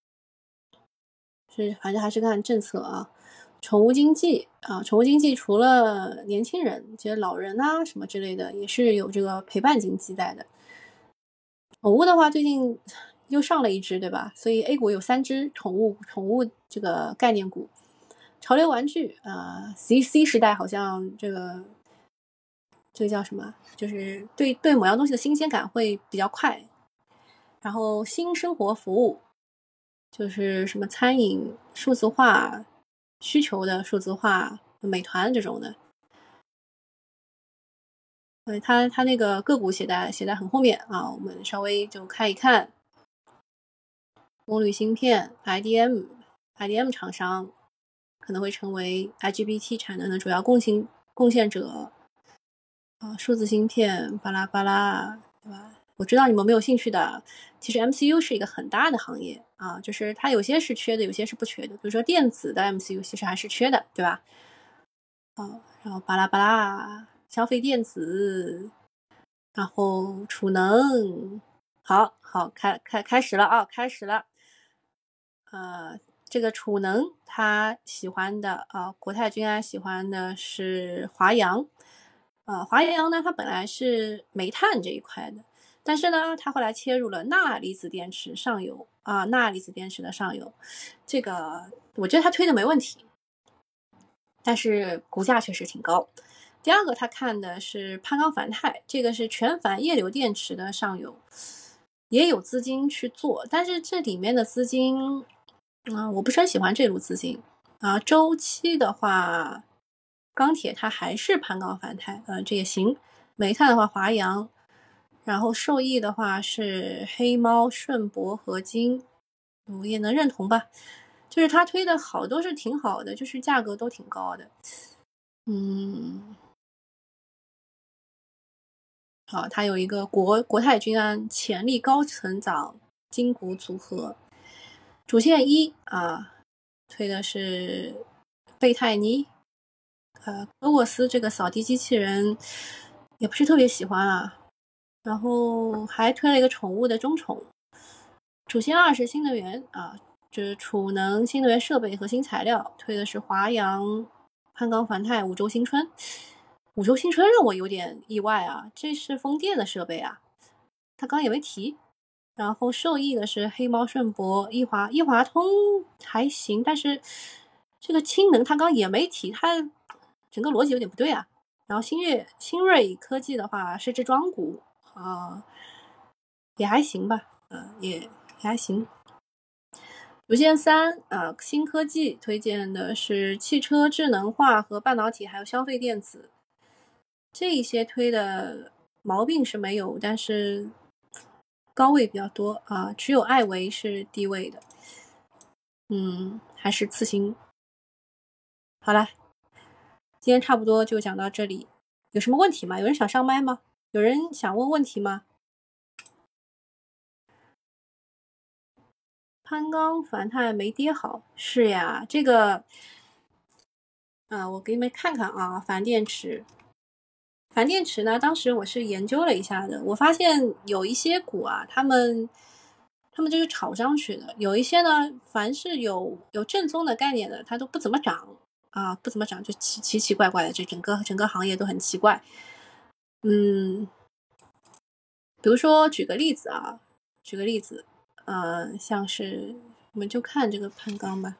反正还是看政策啊。宠物经济啊，宠物经济除了年轻人，其实老人啊什么之类的也是有这个陪伴经济在的。宠物的话，最近又上了一只，对吧？所以 A 股有3只宠物这个概念股。潮流玩具啊，C 时代好像这个叫什么？就是对某样东西的新鲜感会比较快。然后新生活服务就是什么餐饮数字化需求的数字化，美团这种的。他那个个股写在很后面啊，我们稍微就看一看。功率芯片 IDM 厂商可能会成为 IGBT 产能的主要贡献者啊。数字芯片巴拉巴拉，对吧？我知道你们没有兴趣的，其实 MCU 是一个很大的行业啊，就是它有些是缺的，有些是不缺的。比如说电子的 MCU 其实还是缺的，对吧？然后巴拉巴拉，消费电子，然后储能，好，开始了啊，开始了。这个储能他喜欢的国泰君安喜欢的是华阳。华阳呢，它本来是煤炭这一块的，但是呢，它后来切入了钠离子电池上游啊，钠离子电池的上游，这个我觉得它推的没问题，但是股价确实挺高。第二个他看的是攀钢钒钛，这个是全钒液流电池的上游，也有资金去做，但是这里面的资金我不是很喜欢这路资金啊。周期的话，钢铁它还是攀钢钒钛，这也行。煤炭的话，华阳，然后受益的话是黑猫、顺铂合金，我也能认同吧。就是它推的好都是挺好的，就是价格都挺高的。好，它有一个国泰君安潜力高成长金股组合，主线一推的是贝泰尼。科沃斯这个扫地机器人也不是特别喜欢啊。然后还推了一个宠物的中宠。主线2是新能源就是储能、新能源设备和新材料，推的是华阳、攀钢钒钛、五洲新春。五洲新春让我有点意外啊，这是风电的设备啊，他刚也没提。然后受益的是黑猫、顺铂、易华通还行，但是这个氢能他刚也没提，他整个逻辑有点不对啊。然后新锐科技的话是只庄股也还行吧，也还行。主线3新科技推荐的是汽车智能化和半导体，还有消费电子。这一些推的毛病是没有，但是高位比较多啊，只有艾维是低位的。还是次新。好了，今天差不多就讲到这里，有什么问题吗？有人想上麦吗？有人想问问题吗？攀钢钒钛没跌好，是呀，这个我给你们看看啊，钒电池呢，当时我是研究了一下的，我发现有一些股他们就是炒上去的，有一些呢，凡是有正宗的概念的，它都不怎么涨不怎么涨，就奇奇怪怪的，这整个行业都很奇怪。比如说举个例子，像是我们就看这个攀钢吧。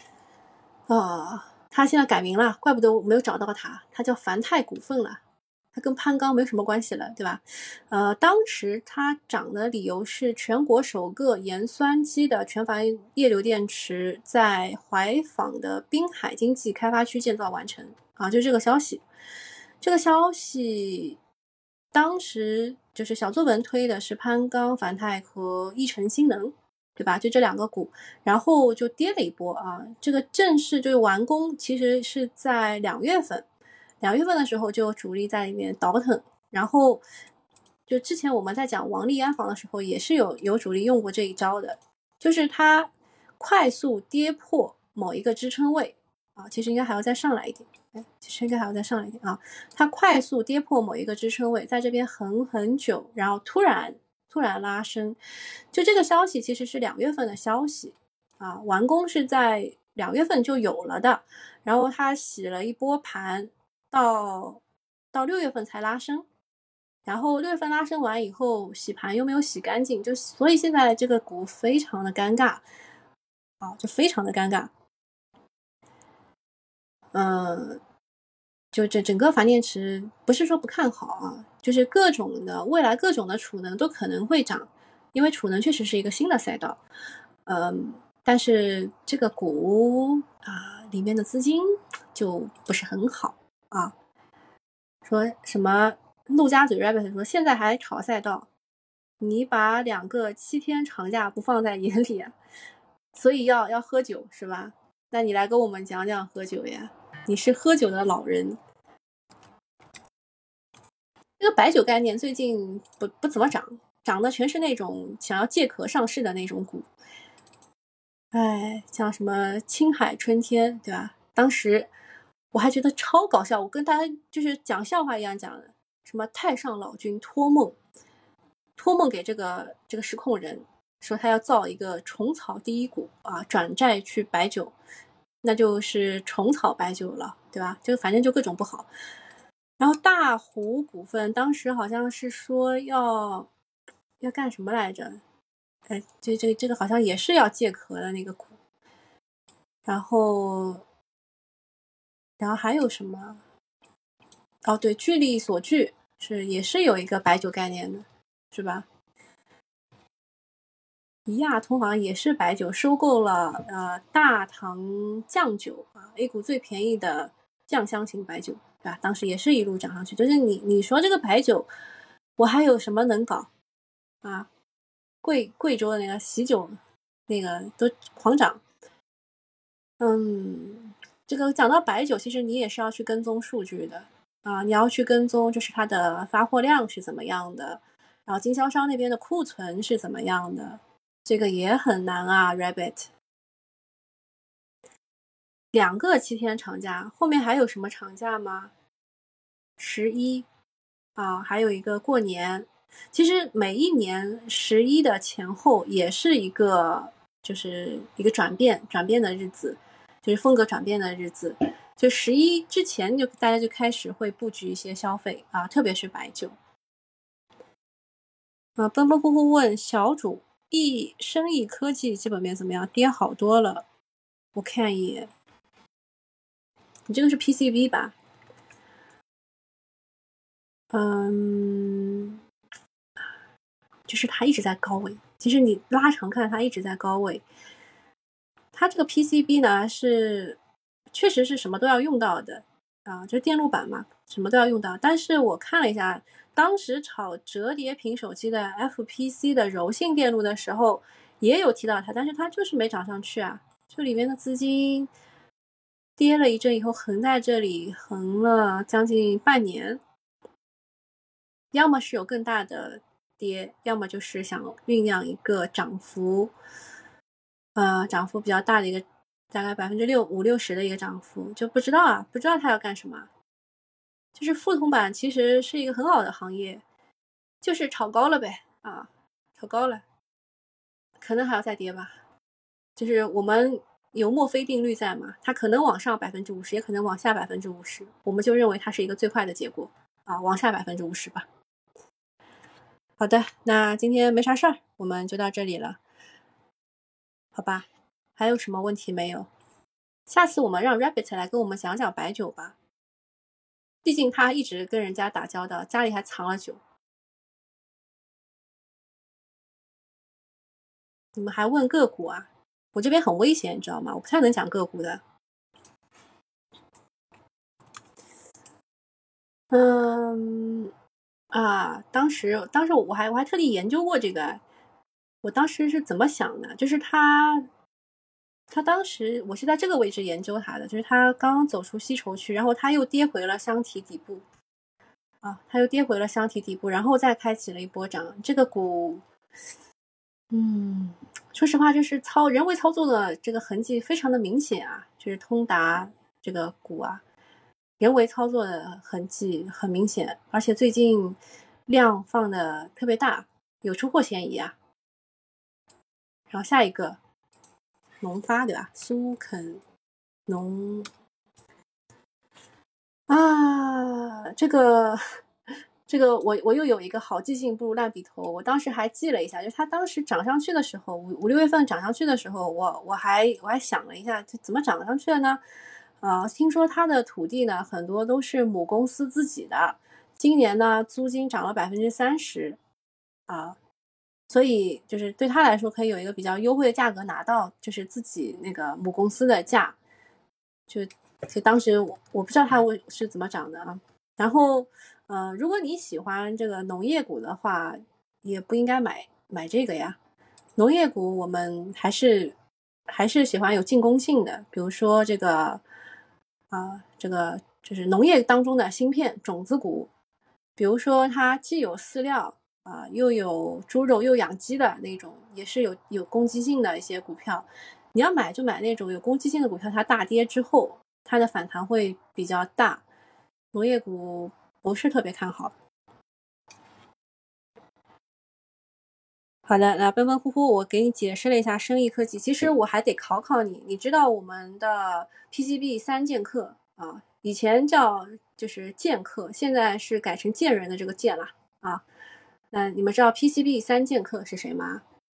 他现在改名了，怪不得我没有找到他叫凡泰股份了。 它跟攀钢没有什么关系了，对吧？当时它涨的理由是全国首个盐酸基的全阀液流电池在怀坊的滨海经济开发区建造完成啊，就这个消息。这个消息当时就是小作文推的是攀钢、凡泰和益成新能，对吧？就这两个股，然后就跌了一波啊。这个正式就是完工，其实是在2月份。2月份的时候就有主力在里面倒腾，然后就之前我们在讲王力安房的时候，也是有主力用过这一招的，就是它快速跌破某一个支撑位啊，其实应该还要再上来一点，其实应该还要再上来一点啊，它快速跌破某一个支撑位，在这边横很久，然后突然拉升，就这个消息其实是2月份的消息啊，完工是在2月份就有了的，然后它洗了一波盘。到6月份才拉升，然后6月份拉升完以后洗盘又没有洗干净，就所以现在这个股非常的尴尬啊，就非常的尴尬。就这整个钒电池不是说不看好啊，就是未来各种的储能都可能会涨，因为储能确实是一个新的赛道。但是这个股里面的资金就不是很好啊。说什么陆家嘴 rabbit 说现在还炒赛道，你把2个7天长假不放在眼里啊，所以要喝酒是吧？那你来跟我们讲讲喝酒呀，你是喝酒的老人。这个白酒概念最近不怎么涨，涨的全是那种想要借壳上市的那种股。像什么青海春天，对吧？当时我还觉得超搞笑，我跟大家就是讲笑话一样讲的，什么太上老君托梦给这个实控人，说他要造一个虫草第一股啊，转债去白酒，那就是虫草白酒了，对吧？就反正就各种不好。然后大湖股份当时好像是说要干什么来着？这个好像也是要借壳的那个股。然后还有什么？哦，对，聚力所聚也是有一个白酒概念的，是吧？怡亚通好像也是白酒，收购了大唐酱酒啊 ，A 股最便宜的酱香型白酒，对吧？当时也是一路涨上去。就是你说这个白酒，我还有什么能搞啊？贵州的那个喜酒，那个都狂涨。这个讲到白酒，其实你也是要去跟踪数据的啊，你要去跟踪就是它的发货量是怎么样的，然后经销商那边的库存是怎么样的，这个也很难啊 ，Rabbit。2个7天长假，后面还有什么长假吗？11啊，还有一个过年。其实每一年11的前后也是一个就是一个转变的日子，就是风格转变的日子。就11之前就大家就开始会布局一些消费啊，特别是白酒。奔奔呼呼问小主生意科技基本面怎么样？跌好多了，我看一眼。你这个是 PCB 吧？就是它一直在高位，其实你拉长看它一直在高位。它这个 PCB 呢确实是什么都要用到的啊，就是电路板嘛，什么都要用到。但是我看了一下，当时炒折叠屏手机的 FPC 的柔性电路的时候，也有提到它，但是它就是没涨上去啊，就里面的资金跌了一阵以后，横在这里横了将近半年，要么是有更大的跌，要么就是想酝酿一个涨幅，涨幅比较大的一个，大概5-60%的一个涨幅，就不知道它要干什么。就是副铜板其实是一个很好的行业，就是炒高了呗啊，炒高了，可能还要再跌吧。就是我们有墨菲定律在嘛，它可能往上50%，也可能往下50%，我们就认为它是一个最坏的结果啊，往下50%吧。好的，那今天没啥事儿，我们就到这里了，好吧？还有什么问题没有？下次我们让 Rabbit 来跟我们讲讲白酒吧。 毕竟他一直跟人家打交道，家里还藏了酒。你们还问个股啊？我这边很危险，你知道吗？我不太能讲个股的。当时我还特地研究过这个，我当时是怎么想的？就是他当时我是在这个位置研究他的，就是他刚刚走出吸筹区，然后他又跌回了箱体底部，然后再开启了一波涨。这个股，说实话，就是人为操作的这个痕迹非常的明显啊，就是通达这个股啊。人为操作的痕迹很明显，而且最近量放的特别大，有出货嫌疑啊。然后下一个农发对吧？苏肯农啊，这个我又有一个好记性不如烂笔头，我当时还记了一下，就是它当时涨上去的时候，五六月份涨上去的时候，我还想了一下，这怎么涨上去的呢？听说他的土地呢，很多都是母公司自己的，今年呢租金涨了30%，所以就是对他来说可以有一个比较优惠的价格拿到，就是自己那个母公司的价，就当时我不知道他是怎么涨的啊。然后如果你喜欢这个农业股的话，也不应该买这个呀。农业股我们还是喜欢有进攻性的，比如说这个就是农业当中的芯片种子股，比如说它既有饲料又有猪肉又养鸡的那种，也是有攻击性的一些股票。你要买就买那种有攻击性的股票，它大跌之后它的反弹会比较大。农业股不是特别看好。好的，那奔奔呼呼，我给你解释了一下生意科技。其实我还得考考你，你知道我们的 PCB 三剑客啊，以前叫就是剑客，现在是改成剑人的这个剑了啊。那你们知道 PCB 三剑客是谁吗？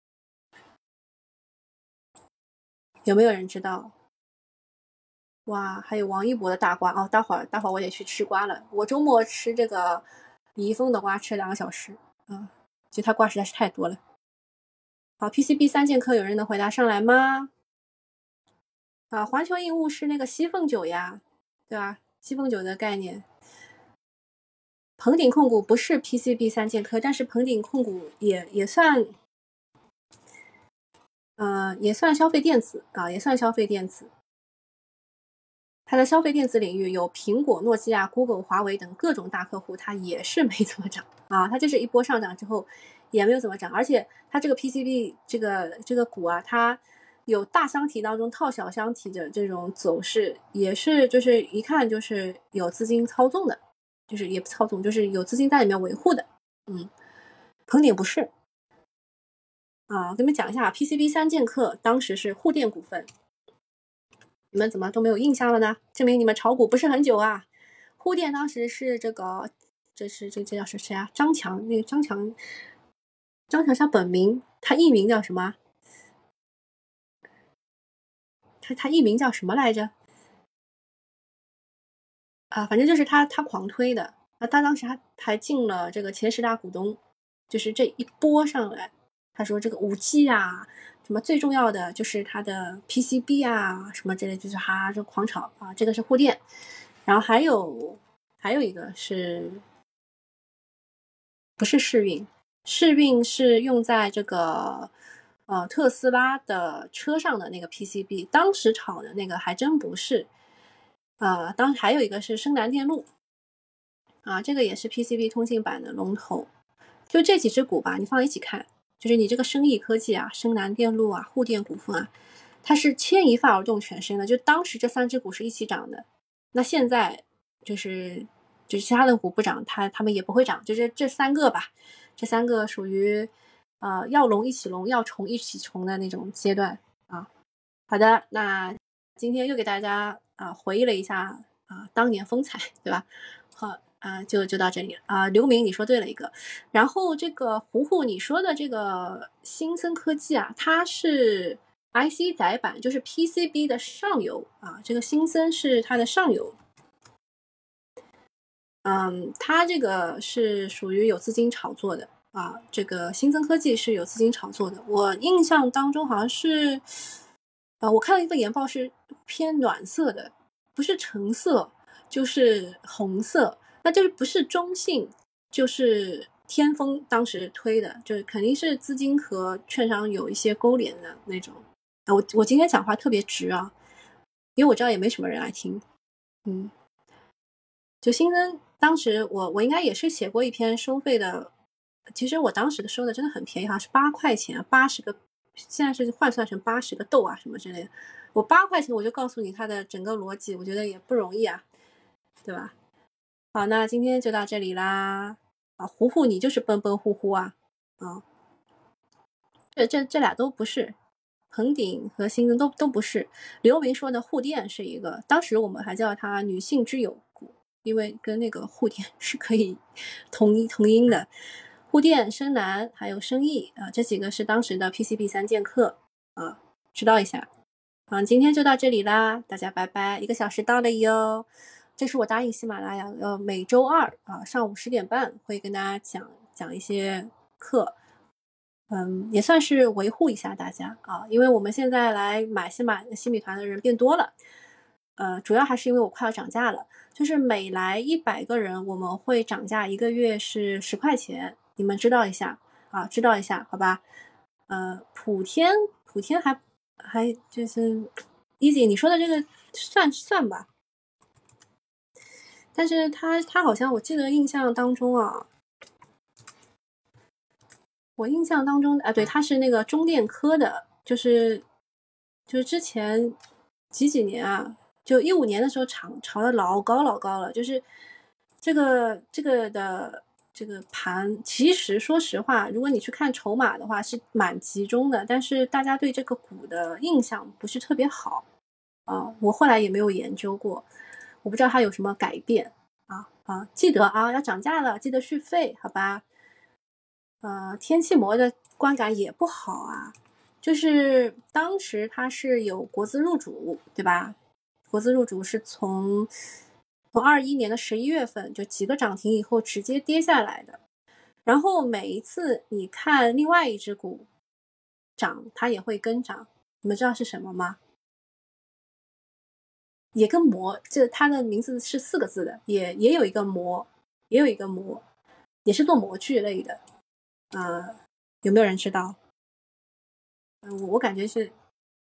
有没有人知道？哇，还有王一博的大瓜哦，待会儿我得去吃瓜了。我周末吃这个李易峰的瓜吃2个小时啊，就他瓜实在是太多了。好 ，PCB 三剑客有人能回答上来吗？环球应物是那个西凤酒呀，对吧？西凤酒的概念。鹏鼎控股不是 PCB 三剑客，但是鹏鼎控股也算，也算消费电子啊，也算消费电子。它的消费电子领域有苹果、诺基亚、Google、华为等各种大客户，它也是没怎么涨啊，它就是一波上涨之后也没有怎么涨，而且它这个 PCB 这个股啊，它有大箱体当中套小箱体的这种走势，也是就是一看就是有资金操纵的，就是也不操纵，就是有资金在里面维护的。鹏鼎不是我跟你们讲一下 PCB 三剑客当时是沪电股份。你们怎么都没有印象了呢？证明你们炒股不是很久啊。沪电当时是这叫谁啊？张强，那个张强他本名，他艺名叫什么？他艺名叫什么来着？反正就是他狂推的。他当时还进了这个前10大股东，就是这一波上来，他说这个5G啊，什么最重要的就是它的 PCB 啊，什么之类，就是就狂炒啊。这个是沪电，然后还有一个是不是世运？世运是用在这个特斯拉的车上的那个 PCB，当时炒的那个还真不是。还有一个是深南电路这个也是 PCB 通信板的龙头。就这几只股吧，你放一起看，就是你这个生意科技深南电路沪电股份它是牵一发而动全身的。就当时这3只股是一起涨的，那现在就是其他的股不涨，他们也不会涨，就是这3个吧，这3个属于要龙一起龙，要虫一起虫的那种阶段啊。好的，那今天又给大家回忆了一下当年风采，对吧？好就到这里刘明你说对了一个，然后这个胡胡你说的这个新森科技它是 IC 载板，就是 PCB 的上游这个新森是它的上游。 它这个是属于有资金炒作的啊，这个新增科技是有资金炒作的。我印象当中好像是，我看了一个研报是偏暖色的，不是橙色就是红色，那就是不是中性就是天风当时推的，就是肯定是资金和券商有一些勾连的那种。我今天讲话特别直啊，因为我知道也没什么人来听。就新增当时我应该也是写过一篇收费的，其实我当时的收的真的很便宜，好像是8块钱，80个，现在是换算成80个豆啊什么之类的。我8块钱我就告诉你它的整个逻辑，我觉得也不容易啊，对吧？好，那今天就到这里啦。糊糊你就是奔奔呼呼啊，这俩都不是，恒鼎和新增都不是。刘明说的沪电是一个，当时我们还叫它女性之友股，因为跟那个沪电是可以同音的。沪电、深南还有生意啊，这几个是当时的 PCB 3剑客啊，知道一下。今天就到这里啦，大家拜拜。1个小时到了哟。这是我答应喜马拉雅，每周2上午10点半会跟大家讲一些课。也算是维护一下大家啊，因为我们现在来买新米团的人变多了，主要还是因为我快要涨价了，就是每来100个人，我们会涨价1个月是10块钱，你们知道一下啊，知道一下好吧？普天还就是 easy， 你说的这个算吧，但是他好像我记得印象当中啊。我印象当中对，他是那个中电科的，就是之前几年啊，就15年的时候炒的老高了，就是这个的这个盘，其实说实话，如果你去看筹码的话是蛮集中的，但是大家对这个股的印象不是特别好我后来也没有研究过，我不知道它有什么改变记得要涨价了，记得续费好吧。天气膜的观感也不好啊，就是当时它是有国资入主，对吧？国资入主是从21年的11月份就几个涨停以后直接跌下来的，然后每一次你看另外一只股涨，它也会跟涨，你们知道是什么吗？也跟膜，这它的名字是4个字的，也有一个膜，也是做模具类的。有没有人知道？我感觉是，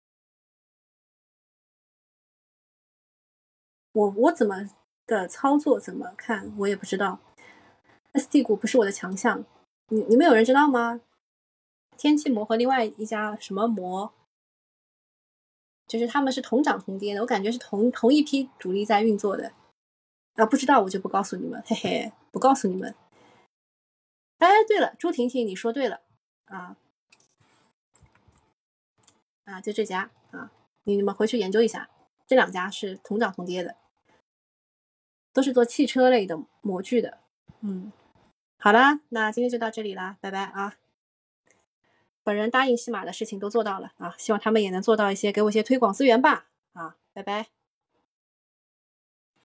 我怎么的操作怎么看，我也不知道。ST 股不是我的强项，你们有人知道吗？天气膜和另外一家什么膜，就是他们是同涨同跌的，我感觉是同一批主力在运作的。不知道我就不告诉你们，嘿嘿，不告诉你们。对了，朱婷婷，你说对了就这家你们回去研究一下，这2家是同涨同跌的，都是做汽车类的模具的。好啦，那今天就到这里啦，拜拜啊！本人答应西马的事情都做到了希望他们也能做到一些，给我一些推广资源吧拜拜。